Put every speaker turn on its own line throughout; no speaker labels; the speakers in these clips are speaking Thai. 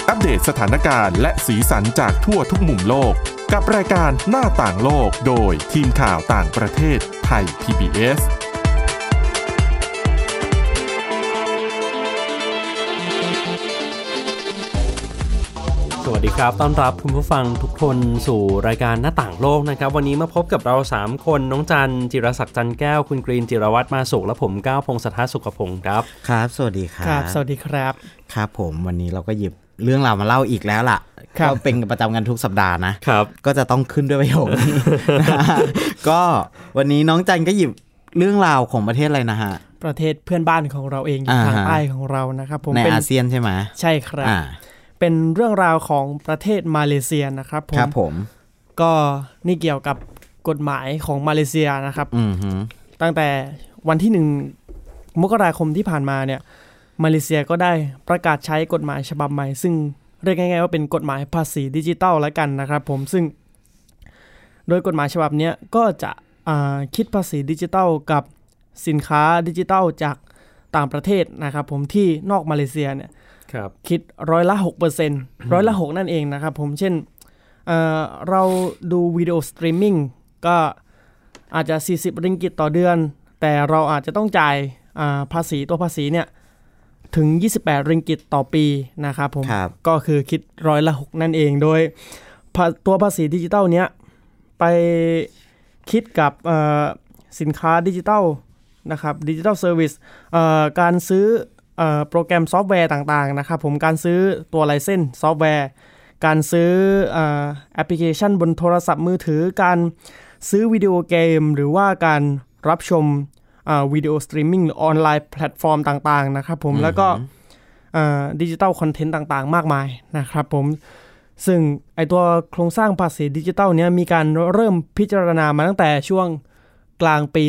อัปเดตสถานการณ์และสีสันจากทั่วทุกมุมโลกกับรายการหน้าต่างโลกโดยทีมข่าวต่างประเทศไทย PBS
สวัสดีครับต้อนรับคุณผู้ฟังทุกคนสู่รายการหน้าต่างโลกนะครับวันนี้มาพบกับเรา3คนน้องจันจิรศักดิ์จันแก้วคุณกรีนจิรวัฒน์มาสุขและผมก้าวพงษ์สถาสุขพงศ์ครับ
ครับสวัสดีครับ
ครับสวัสดีครับ
ครับผมวันนี้เราก็หยิบเรื่องราวมาเล่าอีกแล้วล่ะก็เป็นประจำกันทุกสัปดาห์นะครับก็จะต้องขึ้นด้วยประโยคนี้ ก็วันนี้น้องจันก็หยิบเรื่องราวของประเทศอะไรนะฮะ
ประเทศเพื่อนบ้านของเราเองอยู่ทางใต้ของเรานะครับ
ผมในอาเซียนใช่ไหม
ใช่ครับเป็นเรื่องราวของประเทศมาเลเซียนะครับผม
ครับผม
ก็นี่เกี่ยวกับกฎหมายของมาเลเซียนะครับตั้งแต่วันที่1 มกราคมที่ผ่านมาเนี่ยมาเลเซียก็ได้ประกาศใช้กฎหมายฉบับใหม่ซึ่งเรียกง่ายๆว่าเป็นกฎหมายภาษีดิจิทัลแล้วกันนะครับผมซึ่งโดยกฎหมายฉบับนี้ก็จะคิดภาษีดิจิทัลกับสินค้าดิจิทัลจากต่างประเทศนะครับผมที่นอกมาเลเซียเนี่ยคิด6%6%นั่นเองนะครับผมเช่นเราดูวิดีโอสตรีมมิ่งก็อาจจะ40 ริงกิตต่อเดือนแต่เราอาจจะต้องจ่ายภาษีตัวภาษีเนี่ยถึง28 ริงกิตต่อปีนะครับผมก็คือคิด6%นั่นเองโดยตัวภาษีดิจิทัลเนี้ยไปคิดกับสินค้าดิจิทัลนะครับดิจิทัลเซอร์วิสการซื้อโปรแกรมซอฟต์แวร์ต่างๆนะครับผมการซื้อตัวไลเซนส์ซอฟต์แวร์การซื้อแอปพลิเคชันบนโทรศัพท์มือถือการซื้อวิดีโอเกมหรือว่าการรับชมวิดีโอสตรีมมิ่งออนไลน์แพลตฟอร์มต่างๆนะครับผมแล้วก็ดิจิทัลคอนเทนต์ต่างๆมากมายนะครับผมซึ่งไอตัวโครงสร้างภาษีดิจิทัลเนี้ยมีการเริ่มพิจารณามาตั้งแต่ช่วงกลางปี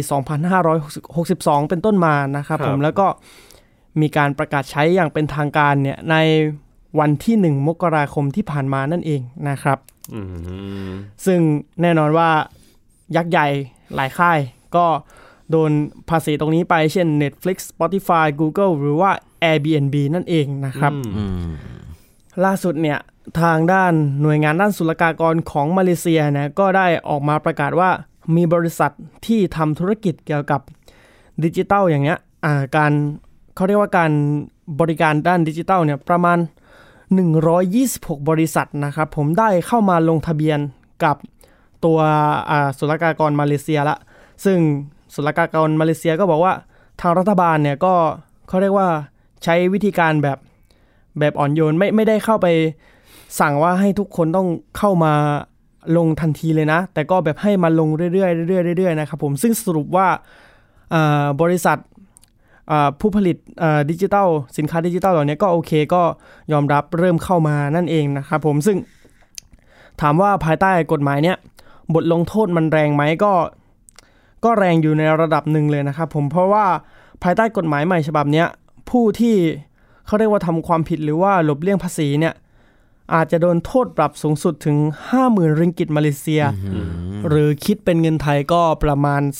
2562เป็นต้นมานะครับผมแล้วก็มีการประกาศใช้อย่างเป็นทางการเนี่ยในวันที่1 มกราคมที่ผ่านมานั่นเองนะครับซึ่งแน่นอนว่ายักษ์ใหญ่หลายค่ายก็โดนภาษีตรงนี้ไปเช่น Netflix Spotify Google หรือว่า Airbnb นั่นเองนะครับล่าสุดเนี่ยทางด้านหน่วยงานด้านศุลกากรของมาเลเซียนะก็ได้ออกมาประกาศว่ามีบริษัทที่ทำธุรกิจเกี่ยวกับดิจิทัลอย่างเงี้ยเขาเรียกว่าการบริการด้านดิจิทัลเนี่ยประมาณ126บริษัทนะครับผมได้เข้ามาลงทะเบียนกับตัวศุลกากรมาเลเซียละซึ่งศุลกากรมาเลเซียก็บอกว่าทางรัฐบาลเนี่ยก็เขาเรียกว่าใช้วิธีการแบบอ่อนโยนไม่ได้เข้าไปสั่งว่าให้ทุกคนต้องเข้ามาลงทันทีเลยนะแต่ก็แบบให้มาลงเรื่อยๆนะครับผมซึ่งสรุปว่าบริษัทผู้ผลิตดิจิทัลสินค้าดิจิทัลเหล่านี้ก็โอเคก็ยอมรับเริ่มเข้ามานั่นเองนะครับผมซึ่งถามว่าภายใต้กฎหมายเนี้ยบทลงโทษมันแรงไหมก็แรงอยู่ในระดับหนึ่งเลยนะครับผมเพราะว่าภายใต้กฎหมายใหม่ฉบับเนี้ยผู้ที่เขาเรียกว่าทำความผิดหรือว่าหลบเลี่ยงภาษีเนี่ยอาจจะโดนโทษปรับสูงสุดถึง 50,000 ริงกิตมาเลเซียหรือคิดเป็นเงินไทยก็ประมาณ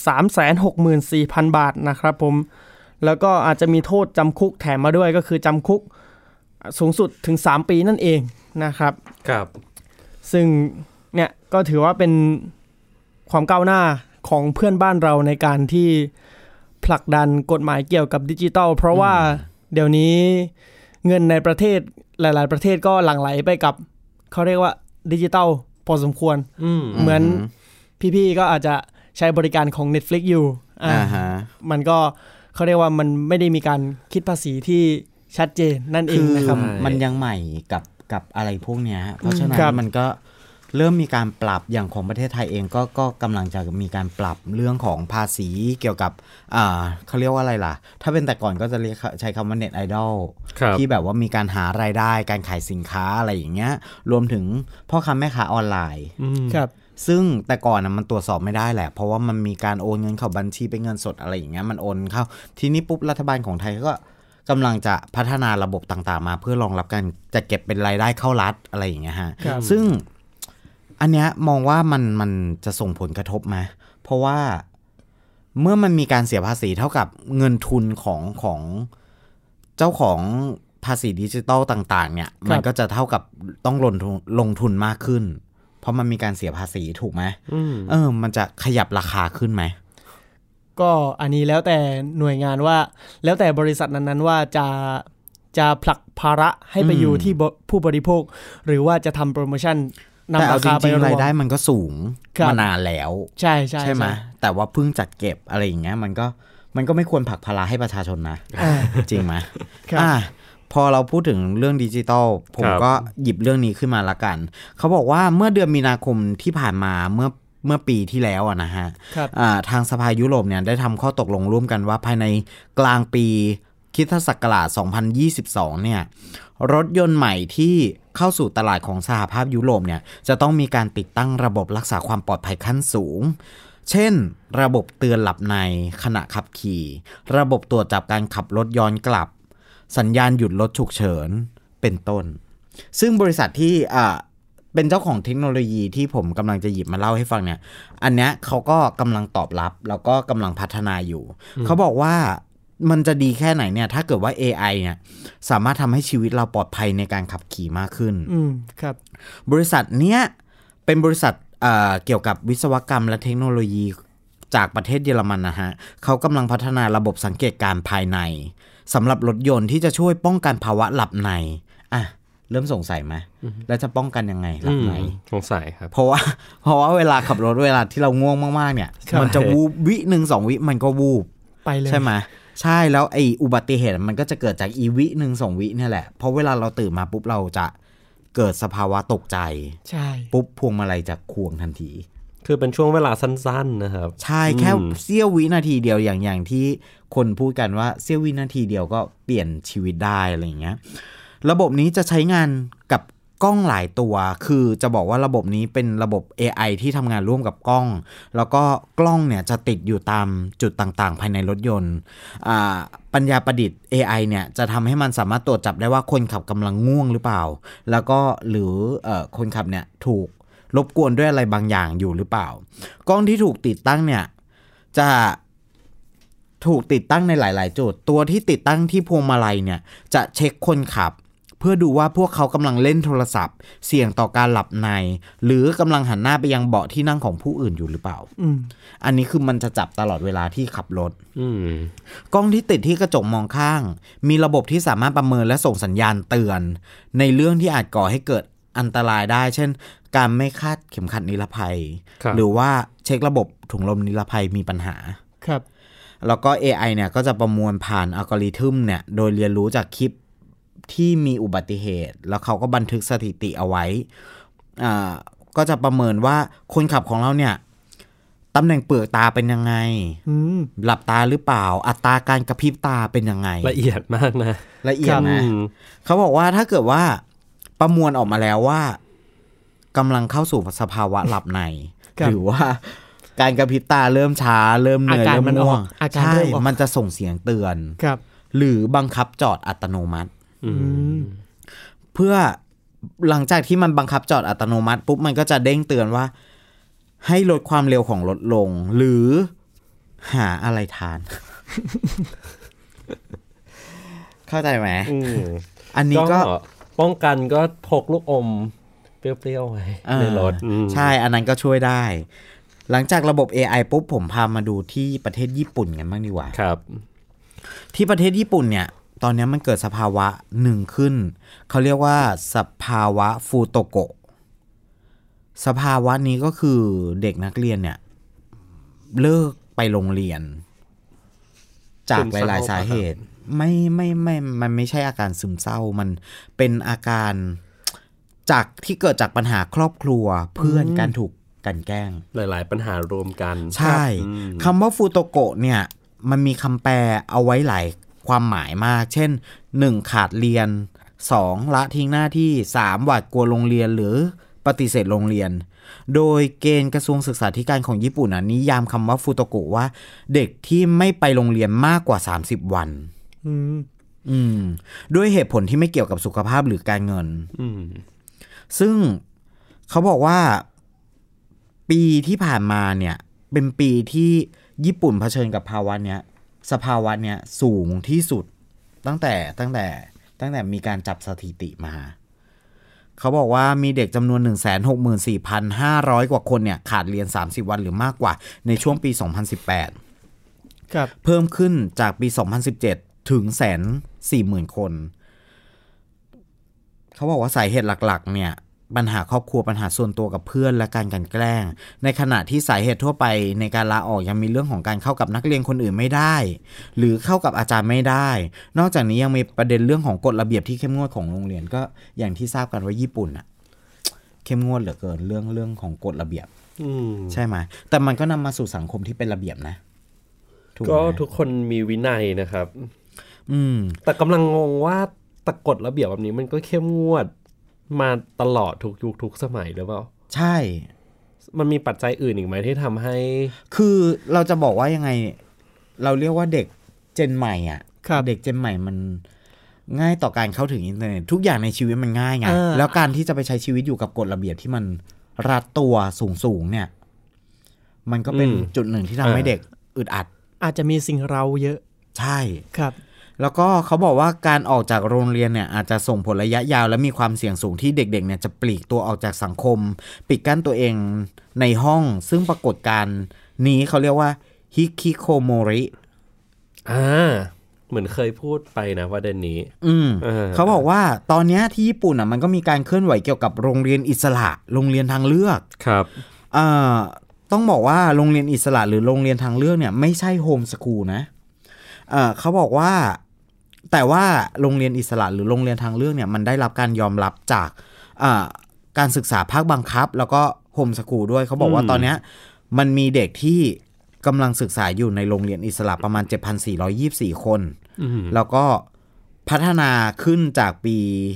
364,000 บาทนะครับผมแล้วก็อาจจะมีโทษจำคุกแถมมาด้วยก็คือจำคุกสูงสุดถึง3 ปีนั่นเองนะครับ
ครับ
ซึ่งเนี่ยก็ถือว่าเป็นความก้าวหน้าของเพื่อนบ้านเราในการที่ผลักดันกฎหมายเกี่ยวกับดิจิทัลเพราะว่าเดี๋ยวนี้เงินในประเทศหลายๆประเทศก็หลั่งไหลไปกับเขาเรียกว่าดิจิทัลพอสมควรเหมือนพี่ๆก็อาจจะใช้บริการของ Netflix อยู่มันก็เขาเรียกว่ามันไม่ได้มีการคิดภาษีที่ชัดเจนนั่นเองนะครับ
มันยังใหม่กับอะไรพวกเนี้ยเพราะฉะนั้นมันก็เริ่มมีการปรับอย่างของประเทศไทยเองก็กำลังจะมีการปรับเรื่องของภาษีเกี่ยวกับเขาเรียกว่าอะไรล่ะถ้าเป็นแต่ก่อนก็จะเรียกใช้คำว่าเน็ตไอดอลที่แบบว่ามีการหารายได้การขายสินค้าอะไรอย่างเงี้ยรวมถึงพ่อค้าแม่ค้าออนไลน์
ครับ
ซึ่งแต่ก่อนมันตรวจสอบไม่ได้แหละเพราะว่ามันมีการโอนเงินเข้าบัญชีเป็นเงินสดอะไรอย่างเงี้ยมันโอนเข้าทีนี้ปุ๊บรัฐบาลของไทยก็กำลังจะพัฒนาระบบต่างๆมาเพื่อรองรับการจะเก็บเป็นรายได้เข้ารัฐอะไรอย่างเงี้ยฮะซึ่งอันเนี้ยมองว่ามันจะส่งผลกระทบไหมเพราะว่าเมื่อมันมีการเสียภาษีเท่ากับเงินทุนของเจ้าของภาษีดิจิตอลต่างๆเนี่ยมันก็จะเท่ากับต้องลงทุนมากขึ้นเพราะมันมีการเสียภาษีถูกไหมมันจะขยับราคาขึ้นไหม
ก็อันนี้แล้วแต่หน่วยงานว่าแล้วแต่บริษัทนั้นๆว่าจะผลักภาระให้ไปอยู่ที่ผู้บริโภคหรือว่าจะทำโปรโมชั่นนำราคาไปราย
ได้มันก็สูงมานานแล้ว
ใช่ใช่
ใช่ไหมแต่ว่าเพิ่งจัดเก็บอะไรอย่างเงี้ยมันก็ไม่ควรผลักภาระให้ประชาชนนะจริงไหมพอเราพูดถึงเรื่องดิจิตอลผมก็หยิบเรื่องนี้ขึ้นมาละกันเขาบอกว่าเมื่อเดือนมีนาคมที่ผ่านมาเมื่อปีที่แล้วนะฮะทางสภายุโรปเนี่ยได้ทำข้อตกลงร่วมกันว่าภายในกลางปีคริสตศักราช2022เนี่ยรถยนต์ใหม่ที่เข้าสู่ตลาดของสหภาพยุโรปเนี่ยจะต้องมีการติดตั้งระบบรักษาความปลอดภัยขั้นสูงเช่นระบบเตือนหลับในขณะขับขี่ระบบตรวจจับการขับรถย้อนกลับสัญญาณหยุดรถฉุกเฉินเป็นต้นซึ่งบริษัทที่เป็นเจ้าของเทคโนโลยีที่ผมกำลังจะหยิบมาเล่าให้ฟังเนี่ยอันเนี้ยเขาก็กำลังตอบรับแล้วก็กำลังพัฒนาอยู่เขาบอกว่ามันจะดีแค่ไหนเนี่ยถ้าเกิดว่า AI เนี่ยสามารถทำให้ชีวิตเราปลอดภัยในการขับขี่มากขึ้น
ครับ
บริษัทเนี้ยเป็นบริษัทเกี่ยวกับวิศวกรรมและเทคโนโลยีจากประเทศเยอรมันนะฮะเขากำลังพัฒนาระบบสังเกตการภายในสำหรับรถยนต์ที่จะช่วยป้องกันภาวะหลับในเริ่มสงสัยไหมแล้วจะป้องกันยังไงหลับใน
สงสัยครับ
เพราะว่าเวลาขับรถเวลาที่เราง่วงมากๆเนี่ยมันจะวูบวินึง2วิมันก็วูบ
ไปเลย
ใช่ไหมใช่แล้วไอ้อุบัติเหตุมันก็จะเกิดจากอีวินึง2วิเนี่ยแหละเพราะเวลาเราตื่นมาปุ๊บเราจะเกิดสภาวะตกใจ
ใช่
ปุ๊บพวงมาลัยจะควงทันที
คือเป็นช่วงเวลาสั้นๆนะครับ
ใช่แค่เสี้ยววินาทีเดียวอย่างที่คนพูดกันว่าเสี้ยววินาทีเดียวก็เปลี่ยนชีวิตได้อะไรอย่างเงี้ยระบบนี้จะใช้งานกับกล้องหลายตัวคือจะบอกว่าระบบนี้เป็นระบบ AI ที่ทำงานร่วมกับกล้องแล้วก็กล้องเนี่ยจะติดอยู่ตามจุดต่างๆภายในรถยนต์ปัญญาประดิษฐ์ AI เนี่ยจะทำให้มันสามารถตรวจจับได้ว่าคนขับกำลังง่วงหรือเปล่าแล้วก็หรือคนขับเนี่ยถูกรบกวนด้วยอะไรบางอย่างอยู่หรือเปล่ากล้องที่ถูกติดตั้งเนี่ยจะถูกติดตั้งในหลายๆจุดตัวที่ติดตั้งที่พวงมาลัยเนี่ยจะเช็คคนขับเพื่อดูว่าพวกเขากำลังเล่นโทรศัพท์เสี่ยงต่อการหลับในหรือกำลังหันหน้าไปยังเบาะที่นั่งของผู้อื่นอยู่หรือเปล่าอันนี้คือมันจะจับตลอดเวลาที่ขับรถกล้องที่ติดที่กระจกมองข้างมีระบบที่สามารถประเมินและส่งสัญญาณเตือนในเรื่องที่อาจก่อให้เกิดอันตรายได้เช่นการไม่คาดเข็มขัดนิรภัยหรือว่าเช็คระบบถุงลมนิรภัยมีปัญหา
ครับ
แล้วก็ AI เนี่ยก็จะประมวลผ่านอัลกอริทึมเนี่ยโดยเรียนรู้จากคลิปที่มีอุบัติเหตุแล้วเขาก็บันทึกสถิติเอาไว้ก็จะประเมินว่าคนขับของเราเนี่ยตำแหน่งเปลือกตาเป็นยังไงหลับตาหรือเปล่าอัตราการกระพริบตาเป็นยังไง
ละเอียดมากนะ
ละเอียดนะเขาบอกว่าถ้าเกิดว่าประมวลออกมาแล้วว่ากำลังเข้าสู่สภาวะหลับในหรือว่าการกระพริบตาเริ่มช้าเริ่มเหนื่อยเริ่มง่วงใช่มันจะส่งเสียงเตือนหรือบังคับจอดอัตโนมัติเพื่อหลังจากที่มันบังคับจอดอัตโนมัติปุ๊บมันก็จะเด้งเตือนว่าให้ลดความเร็วของรถลงหรือหาอะไรทาน เข้าใจไหมอันนี้ก็
ป้องกันก็พกลูกอมเปรี้ยวๆไว้ในรถ
ใช่อันนั้นก็ช่วยได้หลังจากระบบ AI ปุ๊บผมพามาดูที่ประเทศญี่ปุ่นกันบ้างดีกว่า
ครับ
ที่ประเทศญี่ปุ่นเนี่ยตอนนี้มันเกิดสภาวะหนึ่งขึ้นเขาเรียกว่าสภาวะฟูโตโกะสภาวะนี้ก็คือเด็กนักเรียนเนี่ยเลิกไปโรงเรียนจากหลายๆสาเหตุไม่มันไม่ใช่อาการซึมเศร้ามันเป็นอาการจากที่เกิดจากปัญหาครอบครัวเพื่อนการถูกกันแกล้ง
หลายๆปัญหารวมกัน
ใช่คำว่าฟูโตโกะเนี่ยมันมีคำแปลเอาไว้หลายความหมายมากเช่น1ขาดเรียน2ละทิ้งหน้าที่3หวาดกลัวโรงเรียนหรือปฏิเสธโรงเรียนโดยเกณฑ์กระทรวงศึกษาธิการของญี่ปุ่นนิยามคำว่าฟูโตโกะว่าเด็กที่ไม่ไปโรงเรียนมากกว่า30วันด้วยเหตุผลที่ไม่เกี่ยวกับสุขภาพหรือการเงินซึ่งเขาบอกว่าปีที่ผ่านมาเนี่ยเป็นปีที่ญี่ปุ่นเผชิญกับภาวะเนี้ยสภาวะเนี้ยสูงที่สุดตั้งแต่ตั้งแต่มีการจับสถิติมาเขาบอกว่ามีเด็กจำนวน 164,500 กว่าคนเนี่ยขาดเรียน30วันหรือมากกว่าในช่วงปี2018
ครับ
เพิ่มขึ้นจากปี2017ถึง 140,000 คนเขาบอกว่าสาเหตุหลักๆเนี่ยปัญหาครอบครัวปัญหาส่วนตัวกับเพื่อนและการกลั่นแกล้งในขณะที่สาเหตุทั่วไปในการลาออกยังมีเรื่องของการเข้ากับนักเรียนคนอื่นไม่ได้หรือเข้ากับอาจารย์ไม่ได้นอกจากนี้ยังมีประเด็นเรื่องของกฎระเบียบที่เข้มงวดของโรงเรียนก็อย่างที่ทราบกันว่าญี่ปุ่นอะเข้มงวดเหลือเกินเรื่องของกฎระเบียบใช่ไหมแต่มันก็นำมาสู่สังคมที่เป็นระเบียบนะ
ก็ทุกคนมีวินัยนะครับแต่กำลังงงว่าแต่กฎระเบียบแบบนี้มันก็เข้มงวดมาตลอดทุกยุคทุกสมัยหรือเปล่า
ใช่
มันมีปัจจัยอื่นอีกไหมที่ทำให้
คือเราจะบอกว่ายังไงเราเรียกว่าเด็กเจนใหม่อ่ะเด็กเจนใหม่มันง่ายต่อการเข้าถึงอินเทอร์เน็ตทุกอย่างในชีวิตมันง่ายไงแล้วการที่จะไปใช้ชีวิตอยู่กับกฎระเบียบที่มันรัดตัวสูงเนี่ยมันก็เป็นจุดหนึ่งที่ทำให้เด็กอึดอัด
อาจจะมีสิ่งเร้าเยอะ
ใช่
ครับ
แล้วก็เขาบอกว่าการออกจากโรงเรียนเนี่ยอาจจะส่งผลระยะยาวและมีความเสี่ยงสูงที่เด็กๆเนี่ยจะปลีกตัวออกจากสังคมปิดกั้นตัวเองในห้องซึ่งปรากฏการณ์นี้เขาเรียกว่าฮิคิโคโมริ
เหมือนเคยพูดไปนะประเด็นนี้
เขาบอกว่าตอนนี้ที่ญี่ปุ่นมันก็มีการเคลื่อนไหวเกี่ยวกับโรงเรียนอิสระโรงเรียนทางเลือก
ครับ
ต้องบอกว่าโรงเรียนอิสระหรือโรงเรียนทางเลือกเนี่ยไม่ใช่โฮมสคูลนะเขาบอกว่าแต่ว่าโรงเรียนอิสระหรือโรงเรียนทางเลือกเนี่ยมันได้รับการยอมรับจากการศึกษาภาคบังคับแล้วก็โฮมสคูลด้วยเขาบอกว่าตอนนี้มันมีเด็กที่กำลังศึกษาอยู่ในโรงเรียนอิสระประมาณ 7,424 คนแล้วก็พัฒนาขึ้นจากปี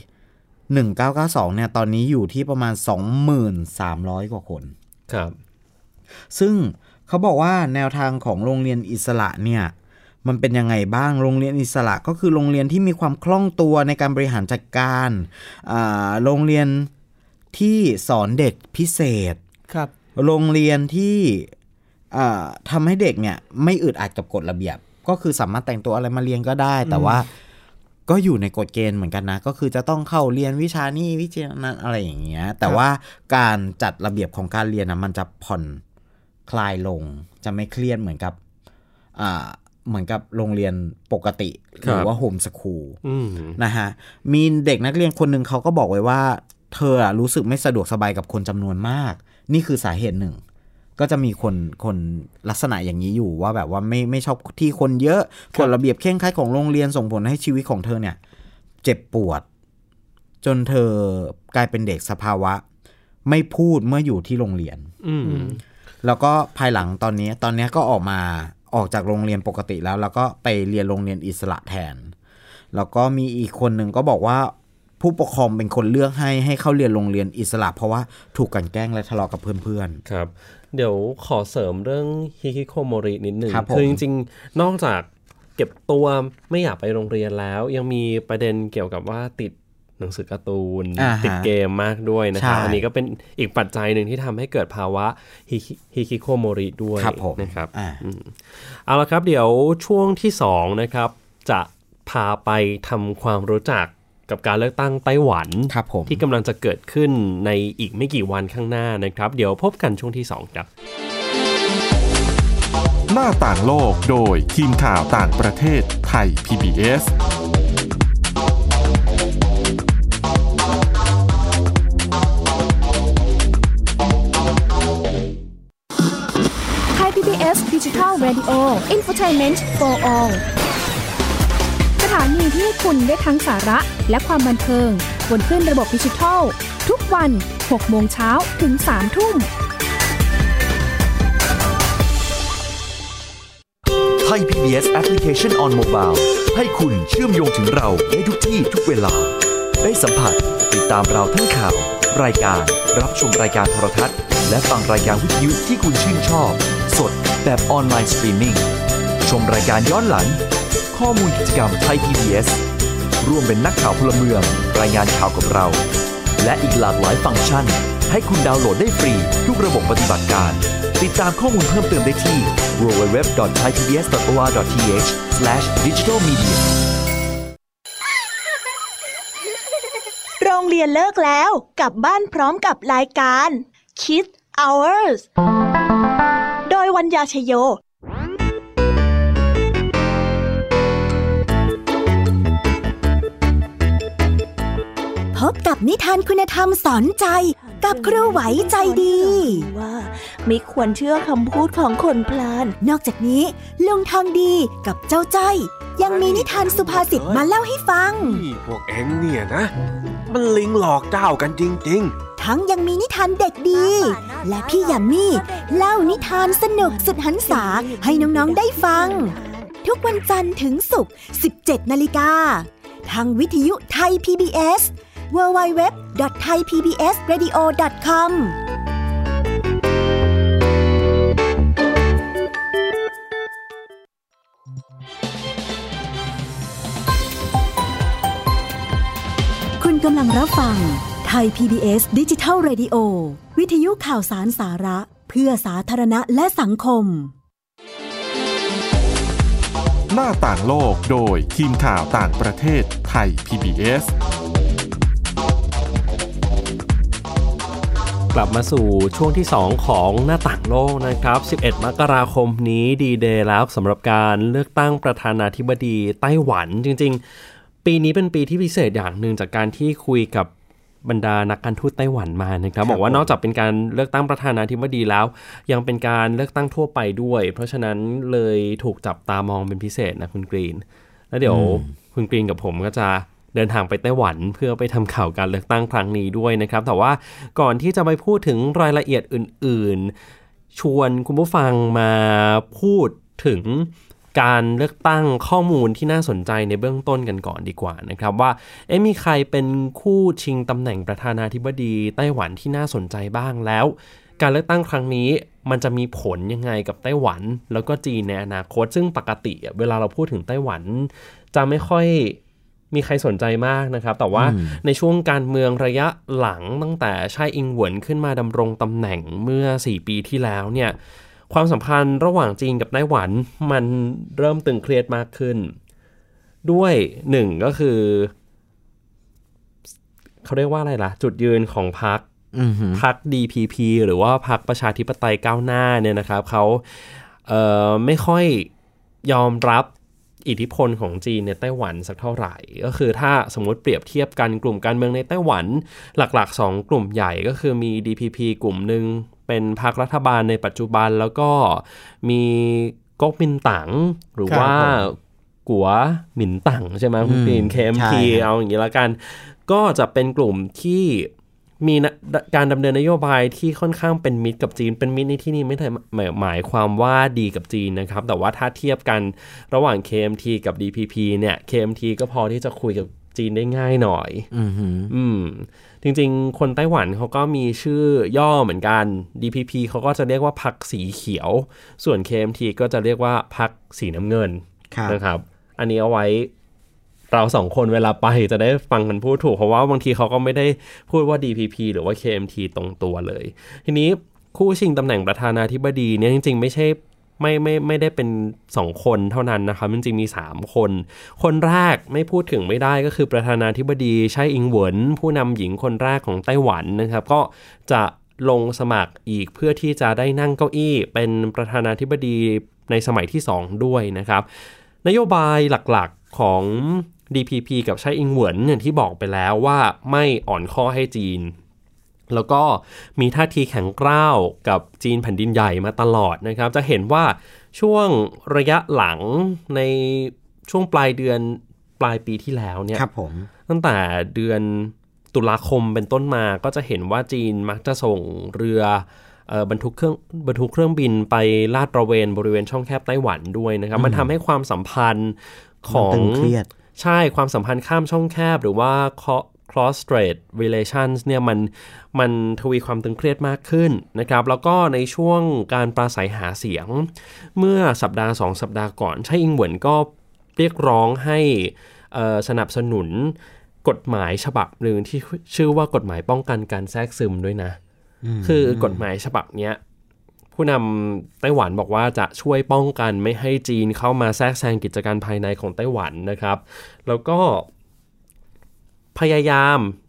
1992เนี่ยตอนนี้อยู่ที่ประมาณ 2,300 กว่าคน
ครับ
ซึ่งเขาบอกว่าแนวทางของโรงเรียนอิสระเนี่ยมันเป็นยังไงบ้างโรงเรียนอิสระก็คือโรงเรียนที่มีความคล่องตัวในการบริหารจัดการโรงเรียนที่สอนเด็กพิเศษ
ครับ
โรงเรียนที่ทำให้เด็กเนี่ยไม่อึดอัดกับกฎระเบียบก็คือสามารถแต่งตัวอะไรมาเรียนก็ได้แต่ว่าก็อยู่ในกฎเกณฑ์เหมือนกันนะก็คือจะต้องเข้าเรียนวิชานี้วิชานั้นอะไรอย่างเงี้ยแต่ว่าการจัดระเบียบของการเรียนมันจะผ่อนคลายลงจะไม่เครียดเหมือนกับโรงเรียนปกติหรือว่าโฮมสคูลนะฮะมีเด็กนักเรียนคนหนึ่งเขาก็บอกไว้ว่าเธอรู้สึกไม่สะดวกสบายกับคนจำนวนมากนี่คือสาเหตุหนึ่งก็จะมีคนลักษณะอย่างนี้อยู่ว่าแบบว่าไม่ชอบที่คนเยอะกฎระเบียบเคร่งครัดของโรงเรียนส่งผลให้ชีวิตของเธอเนี่ยเจ็บปวดจนเธอกลายเป็นเด็กสภาวะไม่พูดเมื่ออยู่ที่โรงเรียนแล้วก็ภายหลังตอนนี้ก็ออกจากโรงเรียนปกติแล้วก็ไปเรียนโรงเรียนอิสระแทนแล้วก็มีอีกคนหนึ่งก็บอกว่าผู้ปกครองเป็นคนเลือกให้เข้าเรียนโรงเรียนอิสระเพราะว่าถูกกลั่นแกล้งและทะเลาะกับเพื่อน
ๆครับเดี๋ยวขอเสริมเรื่องฮิคิโคโมรินิดหนึ่งคือจริงๆนอกจากเก็บตัวไม่อยากไปโรงเรียนแล้วยังมีประเด็นเกี่ยวกับว่าติดหนังสือการ์ตูนติดเกมมากด้วยนะครับอันนี้ก็เป็นอีกปัจจัยหนึ่งที่ทำให้เกิดภาวะฮิคิโคโมริด้วยนะครับเอาละครับเดี๋ยวช่วงที่2นะครับจะพาไปทำความรู้จักกับการเลือกตั้งไต้หวันที่กำลังจะเกิดขึ้นในอีกไม่กี่วันข้างหน้านะครับเดี๋ยวพบกันช่วงที่2ครับ
หน้าต่างโลกโดยทีมข่าวต่างประเทศไทย PBS
PBS Digital Radio Infotainment for All สถานีที่คุณได้ทั้งสาระและความบันเทิงบนคลื่นระบบดิจิทัลทุกวัน 6 โมงเช้าถึง 3 ทุ่ม
ไทย PBS Application on Mobile ให้คุณเชื่อมโยงถึงเราในทุกที่ทุกเวลาได้สัมผัสติดตามเราทั้งข่าวรายการรับชมรายการโทรทัศน์และฟังรายการวิทยุที่คุณชื่นชอบสดแบบออนไลน์สตรีมมิ่งชมรายการย้อนหลังข้อมูลกิจกรรมไทย PBS ร่วมเป็นนักข่าวพลเมืองรายงานข่าวกับเราและอีกหลากหลายฟังก์ชันให้คุณดาวน์โหลดได้ฟรีทุกระบบปฏิบัติการติดตามข้อมูลเพิ่มเติมได้ที่ www.thaipbs.or.th/digitalmedia
โรงเรียนเลิกแล้วกลับบ้านพร้อมกับรายการ Kids Hours โดยวัญญาชโย
พบกับนิทานคุณธรรมสอนใจกับครูไหวใจดี
ว่าไม่ควรเชื่อคำพูดของคนพลาน
นอกจากนี้ลุงทองดีกับเจ้าจ้อยยังมีนิทานสุภาษิตมาเล่าให้ฟัง
พวกเอ็งเนี่ยนะมันลิงหลอกเจ้ากันจริง
ๆทั้งยังมีนิทานเด็กดีและพี่ยามีเล่านิทานสนุกสุดหรรษาให้น้องๆได้ฟังทุกวันจันทร์ถึงศุกร์ 17:00 น.ทางวิทยุไทย PBS www.thaipbsradio.com คุณกำลังรับฟังไทย PBS Digital Radio วิทยุข่าวสารสาระเพื่อสาธารณะและสังคม
หน้าต่างโลกโดยทีมข่าวต่างประเทศไทย PBS
กลับมาสู่ช่วงที่2ของหน้าต่างโลกนะครับ11 มกราคมนี้ดีเดย์แล้วสำหรับการเลือกตั้งประธานาธิบดีไต้หวันจริงๆปีนี้เป็นปีที่พิเศษอย่างหนึ่งจากการที่คุยกับบรรดานักการทูตไต้หวันมานะครับบอกว่านอกจากเป็นการเลือกตั้งประธานาธิบดีแล้วยังเป็นการเลือกตั้งทั่วไปด้วยเพราะฉะนั้นเลยถูกจับตามองเป็นพิเศษนะคุณกรีนแล้วเดี๋ยวคุณกรีนกับผมก็จะเดินทางไปไต้หวันเพื่อไปทำข่าวการเลือกตั้งครั้งนี้ด้วยนะครับแต่ว่าก่อนที่จะไปพูดถึงรายละเอียดอื่นๆชวนคุณผู้ฟังมาพูดถึงการเลือกตั้งข้อมูลที่น่าสนใจในเบื้องต้นกันก่อนดีกว่านะครับว่ามีใครเป็นคู่ชิงตำแหน่งประธานาธิบดีไต้หวันที่น่าสนใจบ้างแล้วการเลือกตั้งครั้งนี้มันจะมีผลยังไงกับไต้หวันแล้วก็จีนในอนาคตซึ่งปกติเวลาเราพูดถึงไต้หวันจะไม่ค่อยมีใครสนใจมากนะครับแต่ว่าในช่วงการเมืองระยะหลังตั้งแต่ไช่อิงเหวินขึ้นมาดำรงตำแหน่งเมื่อ4ปีที่แล้วเนี่ยความสัมพันธ์ระหว่างจีนกับไต้หวันมันเริ่มตึงเครียดมากขึ้นด้วยหนึ่งก็คือเขาเรียกว่าอะไรล่ะจุดยืนของพรรค DPP หรือว่าพรรคประชาธิปไตยก้าวหน้าเนี่ยนะครับเขาไม่ค่อยยอมรับอิทธิพลของจีนในไต้หวันสักเท่าไหร่ก็คือถ้าสมมติเปรียบเทียบกันกลุ่มการเมืองในไต้หวันหลักๆ2กลุ่มใหญ่ก็คือมี DPP กลุ่มนึงเป็นพรรครัฐบาลในปัจจุบันแล้วก็มีก๊กมินตั๋งหรือว่ากัวหมินตั๋งใช่ไหมคุณปีน KMT เอาอย่างนี้แล้วกันก็จะเป็นกลุ่มที่มีการดำเนินนโยบายที่ค่อนข้างเป็นมิตรกับจีนเป็นมิตรในที่นี้ไม่ได้หมายความว่าดีกับจีนนะครับแต่ว่าถ้าเทียบกันระหว่าง KMT กับ DPP เนี่ย KMT ก็พอที่จะคุยกับจีนได้ง่ายหน่อยจริงๆคนไต้หวันเขาก็มีชื่อย่อเหมือนกัน DPP เขาก็จะเรียกว่าพรรคสีเขียวส่วน KMT ก็จะเรียกว่าพรรคสีน้ำเงินนะครับอันนี้เอาไว้เราสองคนเวลาไปจะได้ฟังกันพูดถูกเพราะว่าบางทีเขาก็ไม่ได้พูดว่า DPP หรือว่า KMT ตรงตัวเลยทีนี้คู่ชิงตำแหน่งประธานาธิบดีเนี่ยจริงๆไม่ใช่ไม่ได้เป็น2คนเท่านั้นนะครับจริงๆมี3คนคนแรกไม่พูดถึงไม่ได้ก็คือประธานาธิบดีไช่อิงเหวินผู้นำหญิงคนแรกของไต้หวันนะครับก็จะลงสมัครอีกเพื่อที่จะได้นั่งเก้าอี้เป็นประธานาธิบดีในสมัยที่2ด้วยนะครับนโยบายหลักๆของDPP กับไช่อิงเหวินอย่างที่บอกไปแล้วว่าไม่อ่อนข้อให้จีนแล้วก็มีท่าทีแข็งกร้าวกับจีนแผ่นดินใหญ่มาตลอดนะครับจะเห็นว่าช่วงระยะหลังในช่วงปลายปีที่แล้วเนี่ยตั้งแต่เดือนตุลาคมเป็นต้นมาก็จะเห็นว่าจีนมักจะส่งเรือบรรทุกเครื่องบินไปลาดตระเวนบริเวณช่องแคบไต้หวันด้วยนะครับมันทำให้ความสัมพันธ์ของใช่ความสัมพันธ์ข้ามช่องแคบหรือว่า cross strait relations เนี่ยมันทวีความตึงเครียดมากขึ้นนะครับแล้วก็ในช่วงการปราศัยหาเสียงเมื่อสัปดาห์2สัปดาห์ก่อนไช่อิงเหวินก็เรียกร้องให้สนับสนุนกฎหมายฉบับหนึ่งที่ชื่อว่ากฎหมายป้องกันการแทรกซึมด้วยนะคือกฎหมายฉบับเนี้ยผู้นำไต้หวันบอกว่าจะช่วยป้องกันไม่ให้จีนเข้ามาแทรกแซงกิจการภายในของไต้หวันนะครับแล้วก็พยายาม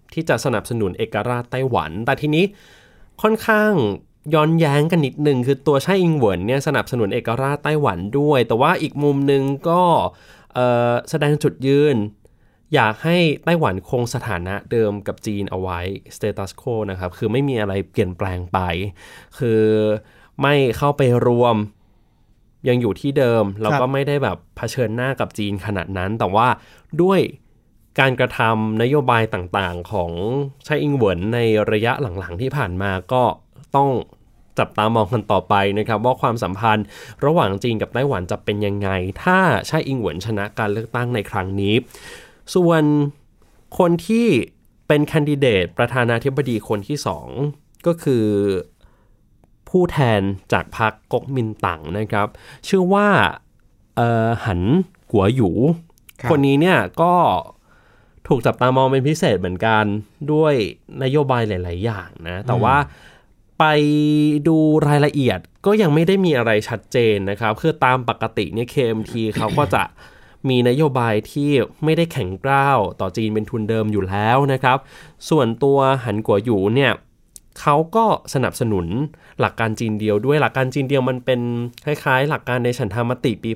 ที่จะสนับสนุนเอกราชไต้หวันแต่ทีนี้ค่อนข้างย้อนแย้งกันนิดนึงคือตัวไช่อิงเหวินเนี่ยสนับสนุนเอกราชไต้หวันด้วยแต่ว่าอีกมุมนึงก็แสดงจุดยืนอยากให้ไต้หวันคงสถานะเดิมกับจีนเอาไว้ status quo นะครับคือไม่มีอะไรเปลี่ยนแปลงไปคือไม่เข้าไปรวมยังอยู่ที่เดิมแล้วก็ไม่ได้แบบเผชิญหน้ากับจีนขนาดนั้นแต่ว่าด้วยการกระทำนโยบายต่างๆของไช่อิงเหวินในระยะหลังๆที่ผ่านมาก็ต้องจับตามองกันต่อไปนะครับว่าความสัมพันธ์ระหว่างจีนกับไต้หวันจะเป็นยังไงถ้าไช่อิงเหวินชนะการเลือกตั้งในครั้งนี้ส่วนคนที่เป็นแคนดิเดตประธานาธิบดีคนที่2ก็คือผู้แทนจากพรรคก๊กมินตั๋งนะครับชื่อว่าหันกัวหยูคนนี้เนี่ยก็ถูกจับตามองเป็นพิเศษเหมือนกันด้วยนโยบายหลายๆอย่างนะแต่ว่าไปดูรายละเอียดก็ยังไม่ได้มีอะไรชัดเจนนะครับคือตามปกติเนี่ย KMT เขาก็จะมีนโยบายที่ไม่ได้แข็งกร้าวต่อจีนเป็นทุนเดิมอยู่แล้วนะครับส่วนตัวหันกัวหยูเนี่ยเขาก็สนับสนุนหลักการจีนเดียวด้วยหลักการจีนเดียวมันเป็นคล้ายๆหลักการในฉันทามติปี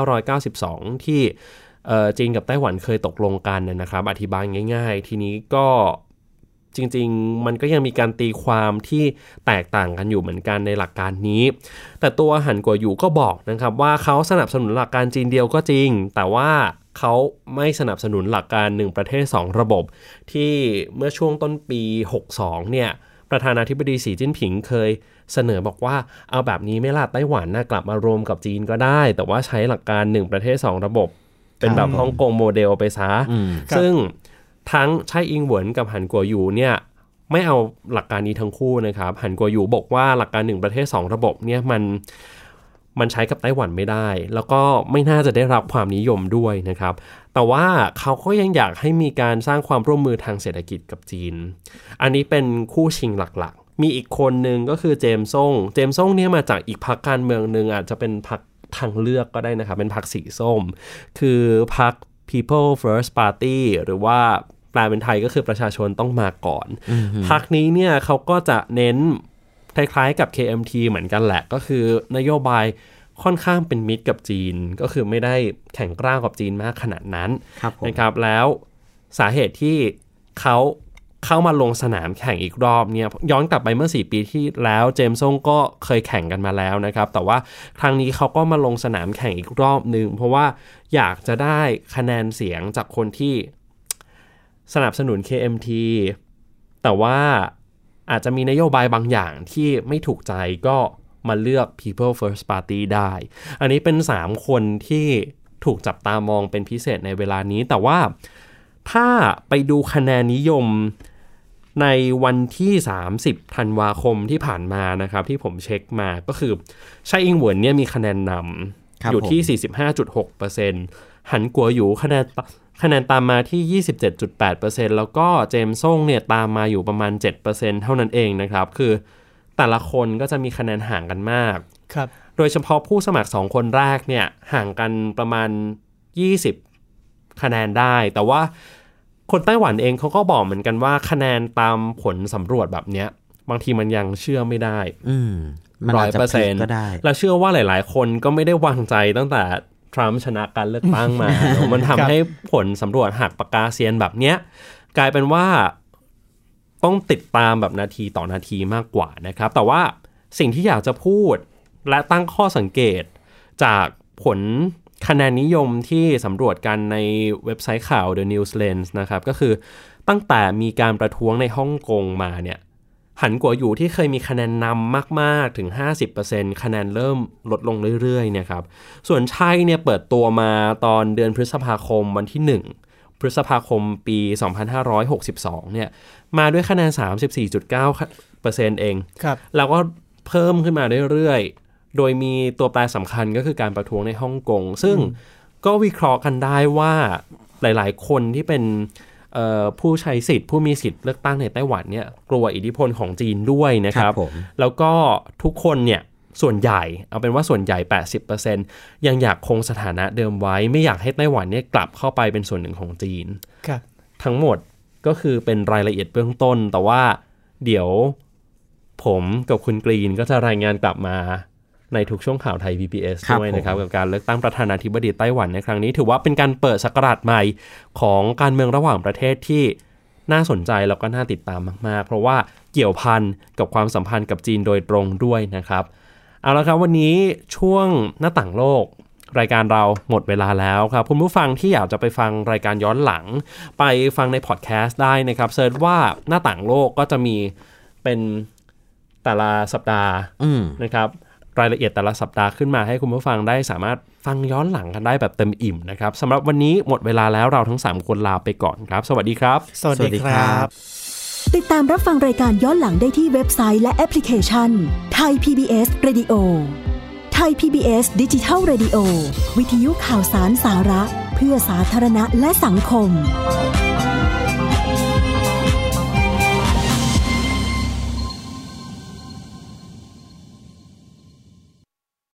1992 ที่จีนกับไต้หวันเคยตกลงกันนะครับอธิบายง่ายๆทีนี้ก็จริงๆมันก็ยังมีการตีความที่แตกต่างกันอยู่เหมือนกันในหลักการนี้แต่ตัวหันกัวหยูก็บอกนะครับว่าเขาสนับสนุนหลักการจีนเดียวก็จริงแต่ว่าเขาไม่สนับสนุนหลักการ1ประเทศ2ระบบที่เมื่อช่วงต้นปี62เนี่ยประธานาธิบดีสีจิ้นผิงเคยเสนอบอกว่าเอาแบบนี้ไม่ล่ะไต้หวันน่ากลับมารวมกับจีนก็ได้แต่ว่าใช้หลักการ1ประเทศ2ระบบเป็นแบบฮ่องกงโมเดลไปซะซึ่งทั้งไช่อิงเหวินกับหันกัวหยูเนี่ยไม่เอาหลักการนี้ทั้งคู่นะครับหันกัวหยูบอกว่าหลักการ1ประเทศ2ระบบเนี่ยมันใช้กับไต้หวันไม่ได้แล้วก็ไม่น่าจะได้รับความนิยมด้วยนะครับแต่ว่าเขาก็ยังอยากให้มีการสร้างความร่วมมือทางเศรษฐกิจกับจีนอันนี้เป็นคู่ชิงหลักๆมีอีกคนนึงก็คือเจมส์ซ่งเนี่ยมาจากอีกพรรคการเมืองนึงอาจจะเป็นพรรคทางเลือกก็ได้นะครับเป็นพรรคสีส้มคือพรรค People First Party หรือว่าแปลเป็นไทยก็คือประชาชนต้องมาก่อนพรรคนี้เนี่ยเขาก็จะเน้นคล้ายๆกับ KMT เหมือนกันแหละก็คือนโยบายค่อนข้างเป็นมิตรกับจีนก็คือไม่ได้แข่งกร้าวกับจีนมากขนาดนั้นนะครับแล้วสาเหตุที่เขาเข้ามาลงสนามแข่งอีกรอบเนี่ยย้อนกลับไปเมื่อ4ปีที่แล้วเจมส์ซ่งก็เคยแข่งกันมาแล้วนะครับแต่ว่าครั้งนี้เขาก็มาลงสนามแข่งอีกรอบนึงเพราะว่าอยากจะได้คะแนนเสียงจากคนที่สนับสนุน KMT แต่ว่าอาจจะมีนโยบายบางอย่างที่ไม่ถูกใจก็มาเลือก People First Party ได้อันนี้เป็น3คนที่ถูกจับตามองเป็นพิเศษในเวลานี้แต่ว่าถ้าไปดูคะแนนนิยมในวันที่30ธันวาคมที่ผ่านมานะครับที่ผมเช็คมาก็คือไช่อิงเหวินเนี่ยมีคะแนนนำอยู่ที่ 45.6% หันกัวหยูคะแนนตามมาที่ 27.8% แล้วก็เจมส์ซ่งเนี่ยตามมาอยู่ประมาณ 7% เท่านั้นเองนะครับคือแต่ละคนก็จะมีคะแนนห่างกันมาก
ครับ
โดยเฉพาะผู้สมัคร2คนแรกเนี่ยห่างกันประมาณ20คะแนนได้แต่ว่าคนไต้หวันเองเขาก็บอกเหมือนกันว่าคะแนนตามผลสำรวจแบบเนี้ยบางทีมันยังเชื่อไม่ได้100%
ก็ได้
และเชื่อว่าหลายๆคนก็ไม่ได้วางใจตั้งแต่ทรัมป์ชนะการเลือกตั้งมา มันทำให้ผลสำรวจหักปากกาเซียนแบบเนี้ยกลายเป็นว่าต้องติดตามแบบนาทีต่อนาทีมากกว่านะครับแต่ว่าสิ่งที่อยากจะพูดและตั้งข้อสังเกตจากผลคะแนนนิยมที่สำรวจกันในเว็บไซต์ข่าว The News Lens นะครับก็คือตั้งแต่มีการประท้วงในฮ่องกงมาเนี่ยหันกัวหยูที่เคยมีคะแนนนำมากๆถึง 50% คะแนนเริ่มลดลงเรื่อยๆนะครับส่วนไช่เนี่ยเปิดตัวมาตอนเดือนพฤษภาคมวันที่1พฤษภาคมปี2562เนี่ยมาด้วยคะแนน 34.9% เองแล้วก็เพิ่มขึ้นมาเรื่อยๆโดยมีตัวแปรสำคัญก็คือการประท้วงในฮ่องกงซึ่งก็วิเคราะห์กันได้ว่าหลายๆคนที่เป็นผู้ใช้สิทธิ์ผู้มีสิทธิ์เลือกตั้งในไต้หวันเนี่ยกลัวอิทธิพลของจีนด้วยนะครับแล้วก็ทุกคนเนี่ยส่วนใหญ่เอาเป็นว่าส่วนใหญ่ 80% ยังอยากคงสถานะเดิมไว้ไม่อยากให้ไต้หวันเนี่ยกลับเข้าไปเป็นส่วนหนึ่งของจีนทั้งหมดก็คือเป็นรายละเอียดเบื้องต้นแต่ว่าเดี๋ยวผมกับคุณกรีนก็จะรายงานกลับมาในทุกช่วงข่าวไทย PBS ด้วยนะครับกับการเลือกตั้งประธานาธิบดีไต้หวันในครั้งนี้ถือว่าเป็นการเปิดศักราชใหม่ของการเมืองระหว่างประเทศที่น่าสนใจแล้วก็น่าติดตามมากๆเพราะว่าเกี่ยวพันกับความสัมพันธ์กับจีนโดยตรงด้วยนะครับเอาละครับวันนี้ช่วงหน้าต่างโลกรายการเราหมดเวลาแล้วครับคุณผู้ฟังที่อยากจะไปฟังรายการย้อนหลังไปฟังในพอดแคสต์ได้นะครับเสิร์ชว่าหน้าต่างโลกก็จะมีเป็นแต่ละสัปดาห์นะครับรายละเอียดแต่ละสัปดาห์ขึ้นมาให้คุณผู้ฟังได้สามารถฟังย้อนหลังกันได้แบบเต็มอิ่มนะครับสำหรับวันนี้หมดเวลาแล้วเราทั้ง3คนลาไปก่อนครับสวัสดีครับ
สวัสดีครับ
ติดตามรับฟังรายการย้อนหลังได้ที่เว็บไซต์และแอปพลิเคชัน Thai PBS Radio Thai PBS Digital Radio วิทยุข่าวสารสาระเพื่อสาธารณะและสังคม